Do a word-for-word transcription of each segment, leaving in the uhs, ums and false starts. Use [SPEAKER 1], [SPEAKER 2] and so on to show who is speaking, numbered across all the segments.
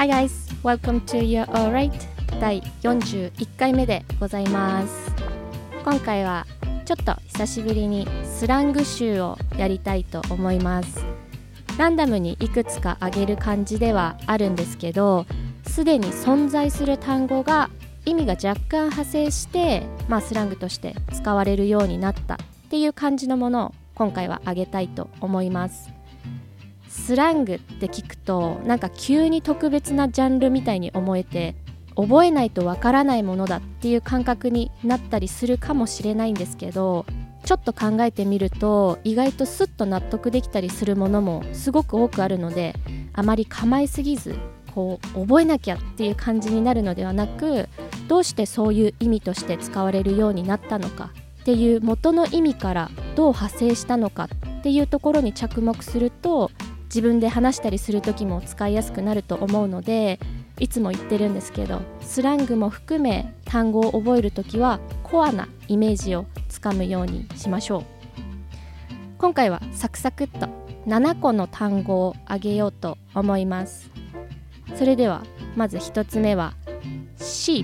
[SPEAKER 1] Hi guys, welcome to You're Alright だいよんじゅういっかいめでございます。今回はちょっと久しぶりにスラング集をやりたいと思います。ランダムにいくつか挙げる感じではあるんですけど、すでに存在する単語が意味が若干派生して、まあ、スラングとして使われるようになったっていう感じのものを今回は挙げたいと思います。スラングって聞くとなんか急に特別なジャンルみたいに思えて、覚えないとわからないものだっていう感覚になったりするかもしれないんですけど、ちょっと考えてみると意外とスッと納得できたりするものもすごく多くあるので、あまり構えすぎずこう覚えなきゃっていう感じになるのではなく、どうしてそういう意味として使われるようになったのかっていう元の意味からどう派生したのかっていうところに着目すると、自分で話したりする時も使いやすくなると思うので、いつも言ってるんですけど、スラングも含め単語を覚えるときはコアなイメージをつかむようにしましょう。今回はサクサクっとななこの単語を挙げようと思います。それではまずひとつめは sheep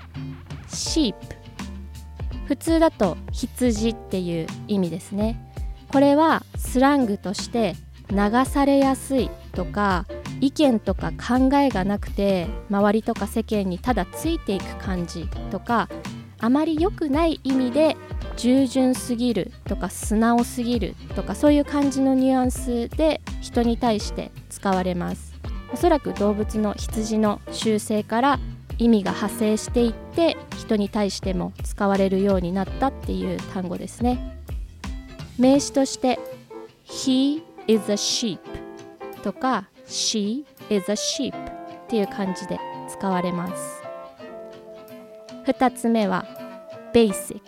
[SPEAKER 1] sheep 普通だと羊っていう意味ですね。これはスラングとして流されやすいとか、意見とか考えがなくて周りとか世間にただついていく感じとか、あまり良くない意味で従順すぎるとか素直すぎるとか、そういう感じのニュアンスで人に対して使われます。おそらく動物の羊の習性から意味が派生していって、人に対しても使われるようになったっていう単語ですね。名詞として He is a sheep とか She is a sheep っていう感じで使われます。二つ目は basic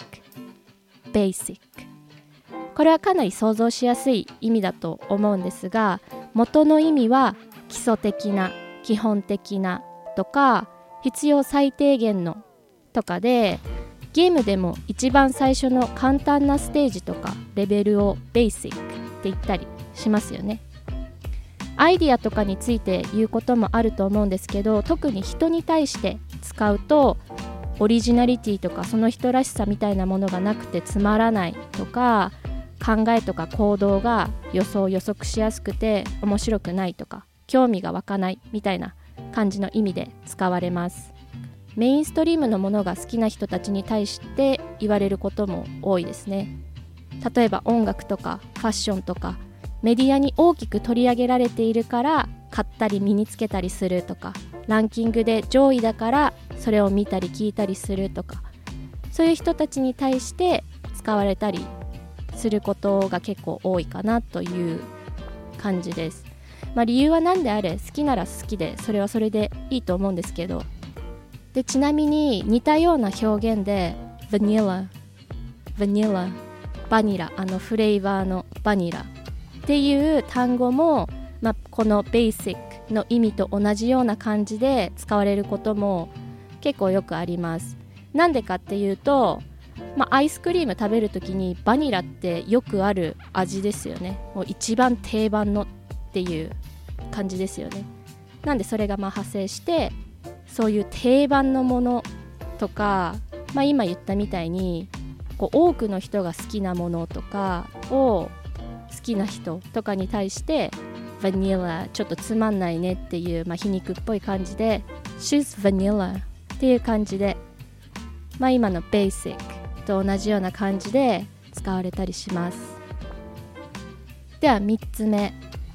[SPEAKER 1] basic これはかなり想像しやすい意味だと思うんですが、元の意味は基礎的な、基本的なとか、必要最低限のとかで、ゲームでも一番最初の簡単なステージとかレベルを basic って言ったりしますよね。アイディアとかについて言うこともあると思うんですけど、特に人に対して使うとオリジナリティとかその人らしさみたいなものがなくてつまらないとか、考えとか行動が予想予測しやすくて面白くないとか、興味が湧かないみたいな感じの意味で使われます。メインストリームのものが好きな人たちに対して言われることも多いですね。例えば音楽とかファッションとかメディアに大きく取り上げられているから買ったり身につけたりするとか、ランキングで上位だからそれを見たり聞いたりするとか、そういう人たちに対して使われたりすることが結構多いかなという感じです。まあ、理由は何であれ好きなら好きで、それはそれでいいと思うんですけど、でちなみに似たような表現でバニラバニラバニラ、あのフレーバーのバニラっていう単語も、まあ、このベーシックの意味と同じような感じで使われることも結構よくあります。なんでかっていうと、まあ、アイスクリーム食べるときにバニラってよくある味ですよね。もう一番定番のっていう感じですよね。なんでそれがまあ派生して、そういう定番のものとか、まあ、今言ったみたいにこう多くの人が好きなものとかを好きな人とかに対してバニラちょっとつまんないねっていう、まあ、皮肉っぽい感じで She's vanilla っていう感じで、まあ、今の basic と同じような感じで使われたりします。ではみっつめ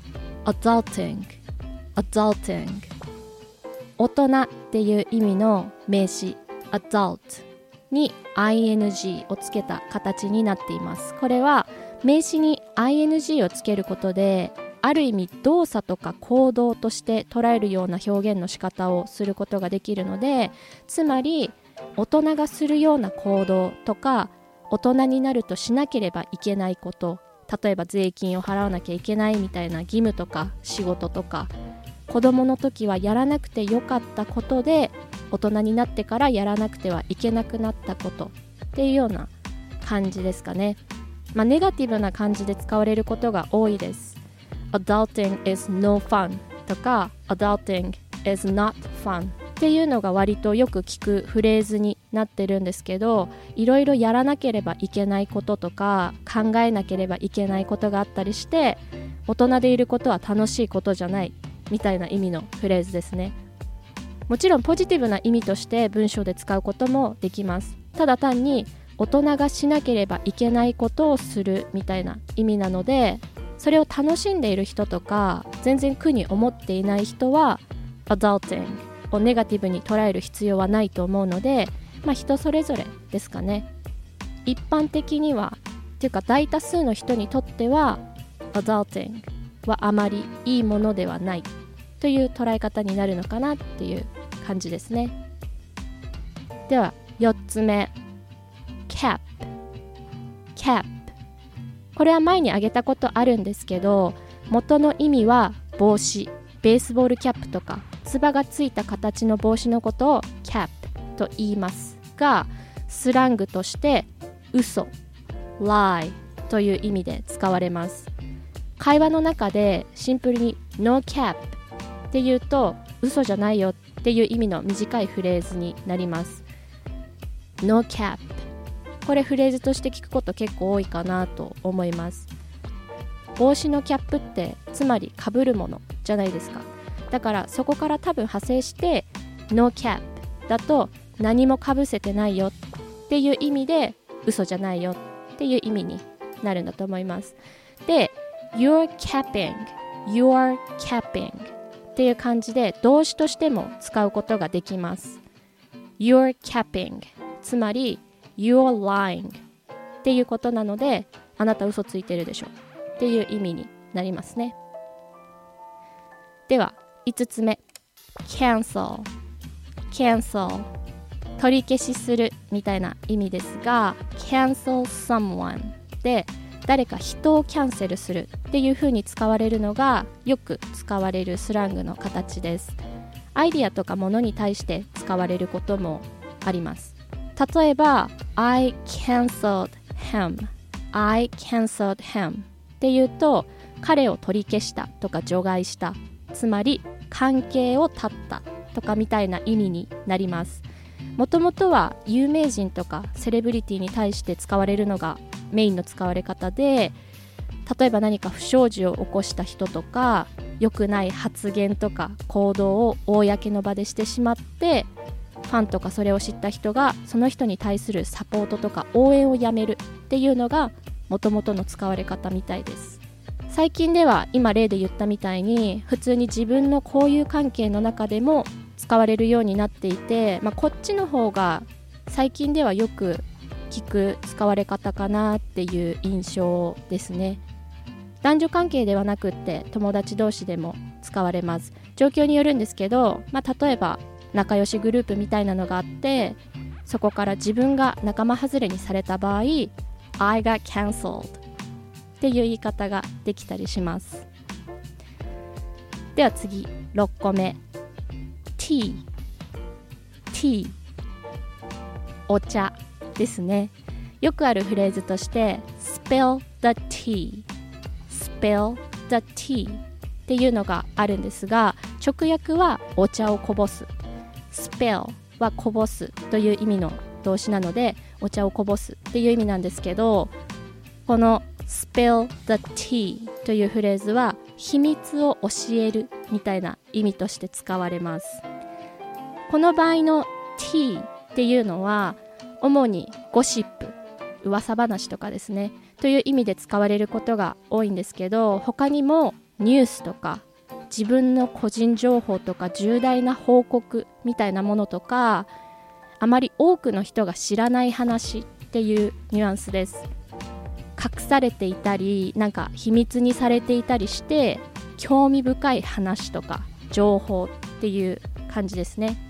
[SPEAKER 1] adulting adulting 大人っていう意味の名詞 adult に ing をつけた形になっています。これは名詞に ing をつけることで、ある意味動作とか行動として捉えるような表現の仕方をすることができるので、つまり大人がするような行動とか、大人になるとしなければいけないこと、例えば税金を払わなきゃいけないみたいな義務とか仕事とか、子供の時はやらなくてよかったことで大人になってからやらなくてはいけなくなったことっていうような感じですかね。まあ、ネガティブな感じで使われることが多いです。Adulting is no fun とか Adulting is not fun っていうのが割とよく聞くフレーズになってるんですけど、いろいろやらなければいけないこととか考えなければいけないことがあったりして、大人でいることは楽しいことじゃないみたいな意味のフレーズですね。もちろんポジティブな意味として文章で使うこともできます。ただ単に大人がしなければいけないことをするみたいな意味なので、それを楽しんでいる人とか全然苦に思っていない人は adulting をネガティブに捉える必要はないと思うので、まあ人それぞれですかね。一般的にはっていうか大多数の人にとっては adulting はあまりいいものではないという捉え方になるのかなっていう感じですね。ではよっつめ、 cap cap これは前に挙げたことあるんですけど、元の意味は帽子、ベースボールキャップとかつばがついた形の帽子のことを cap と言いますが、スラングとして嘘 lie という意味で使われます。会話の中でシンプルに no cap って言うと嘘じゃないよっていう意味の短いフレーズになります。 no cap、 これフレーズとして聞くこと結構多いかなと思います。帽子のキャップってつまり被るものじゃないですか。だからそこから多分派生して no cap だと何も被せてないよっていう意味で嘘じゃないよっていう意味になるんだと思います。で you're capping you're capping っていう感じで動詞としても使うことができます。 you're capping つまり you're lying っていうことなので、あなた嘘ついてるでしょっていう意味になりますね。ではいつつめ、 cancel cancel 取り消しするみたいな意味ですが、 cancel someone で誰か人をキャンセルするっていう風に使われるのがよく使われるスラングの形です。アイディアとかものに対して使われることもあります。例えば I cancelled him I cancelled him っていうと彼を取り消したとか除外した、つまり関係を断ったとかみたいな意味になります。もともとは有名人とかセレブリティに対して使われるのがメインの使われ方で、例えば何か不祥事を起こした人とか良くない発言とか行動を公の場でしてしまって、ファンとかそれを知った人がその人に対するサポートとか応援をやめるっていうのがもともとの使われ方みたいです。最近では今例で言ったみたいに普通に自分の交友関係の中でも使われるようになっていて、まあ、こっちの方が最近ではよく聞く使われ方かなっていう印象ですね。男女関係ではなくって友達同士でも使われます。状況によるんですけど、まあ、例えば仲良しグループみたいなのがあって、そこから自分が仲間外れにされた場合 I got cancelled っていう言い方ができたりします。では次ろっこめ、 Tea Tea お茶ですね。よくあるフレーズとして Spill the tea Spill the tea っていうのがあるんですが、直訳はお茶をこぼす。 Spill はこぼすという意味の動詞なのでお茶をこぼすっていう意味なんですけど、この Spill the tea というフレーズは秘密を教えるみたいな意味として使われます。この場合の tea っていうのは主にゴシップ、噂話とかですねという意味で使われることが多いんですけど、他にもニュースとか自分の個人情報とか重大な報告みたいなものとか、あまり多くの人が知らない話っていうニュアンスです。隠されていたりなんか秘密にされていたりして興味深い話とか情報っていう感じですね。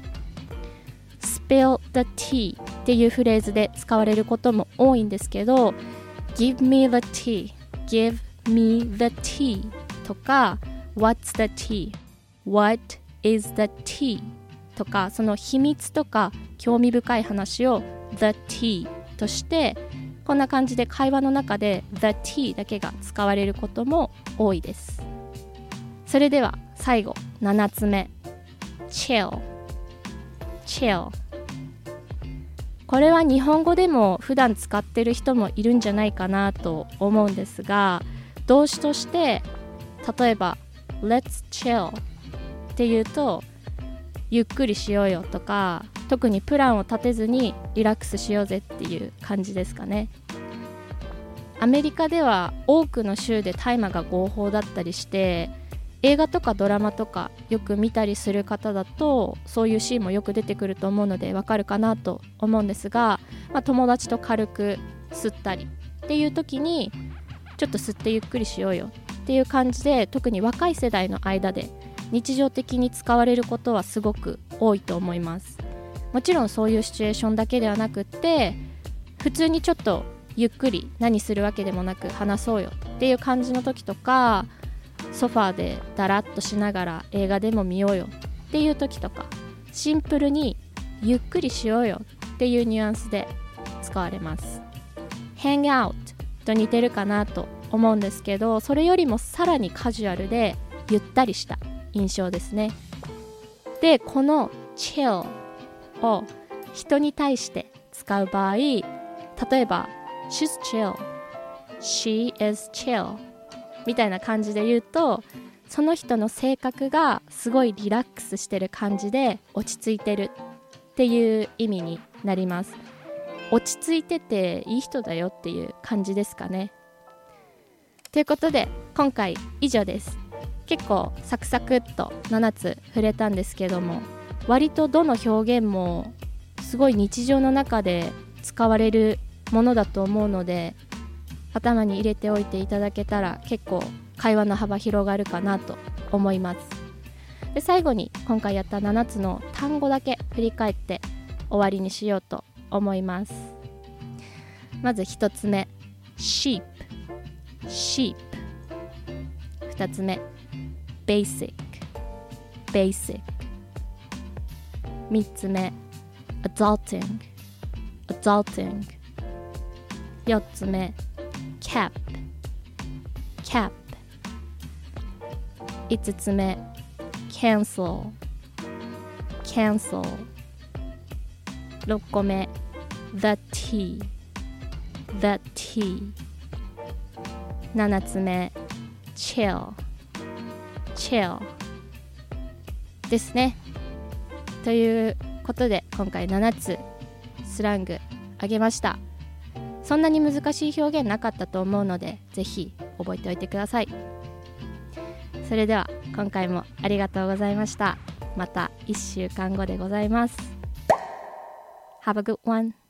[SPEAKER 1] Spill the tea っていうフレーズで使われることも多いんですけど、 Give me the tea Give me the tea とか What's the tea What is the tea とか、その秘密とか興味深い話を the tea としてこんな感じで会話の中で the tea だけが使われることも多いです。それでは最後ななつめ、 chill chill。 これは日本語でも普段使ってる人もいるんじゃないかなと思うんですが、動詞として例えば Let's chill っていうとゆっくりしようよとか、特にプランを立てずにリラックスしようぜっていう感じですかね。アメリカでは多くの州で大麻が合法だったりして、映画とかドラマとかよく見たりする方だとそういうシーンもよく出てくると思うのでわかるかなと思うんですが、まあ、友達と軽く吸ったりっていう時にちょっと吸ってゆっくりしようよっていう感じで、特に若い世代の間で日常的に使われることはすごく多いと思います。もちろんそういうシチュエーションだけではなくって、普通にちょっとゆっくり何するわけでもなく話そうよっていう感じの時とか、ソファーでだらっとしながら映画でも見ようよっていう時とか、シンプルにゆっくりしようよっていうニュアンスで使われます。 Hang out と似てるかなと思うんですけど、それよりもさらにカジュアルでゆったりした印象ですね。で、この chill を人に対して使う場合、例えば She's chill She is chill みたいな感じで言うと、その人の性格がすごいリラックスしてる感じで落ち着いてるっていう意味になります。落ち着いてていい人だよっていう感じですかね。ということで今回以上です。結構サクサクっとななつ触れたんですけども、割とどの表現もすごい日常の中で使われるものだと思うので、頭に入れておいていただけたら結構会話の幅広がるかなと思います。で、最後に今回やったななつの単語だけ振り返って終わりにしようと思います。まずひとつめ sheep sheep。 ふたつめ basic basic。 みっつめ adulting adulting。 よっつめcap cap。 いつつめ cancel cancel。 ろっこめ the tea the tea。 ななつめ chill chill ですね。ということで今回ななつスラングあげました。そんなに難しい表現なかったと思うので、ぜひ覚えておいてください。それでは今回もありがとうございました。またいっしゅうかんごでございます。Have a good one.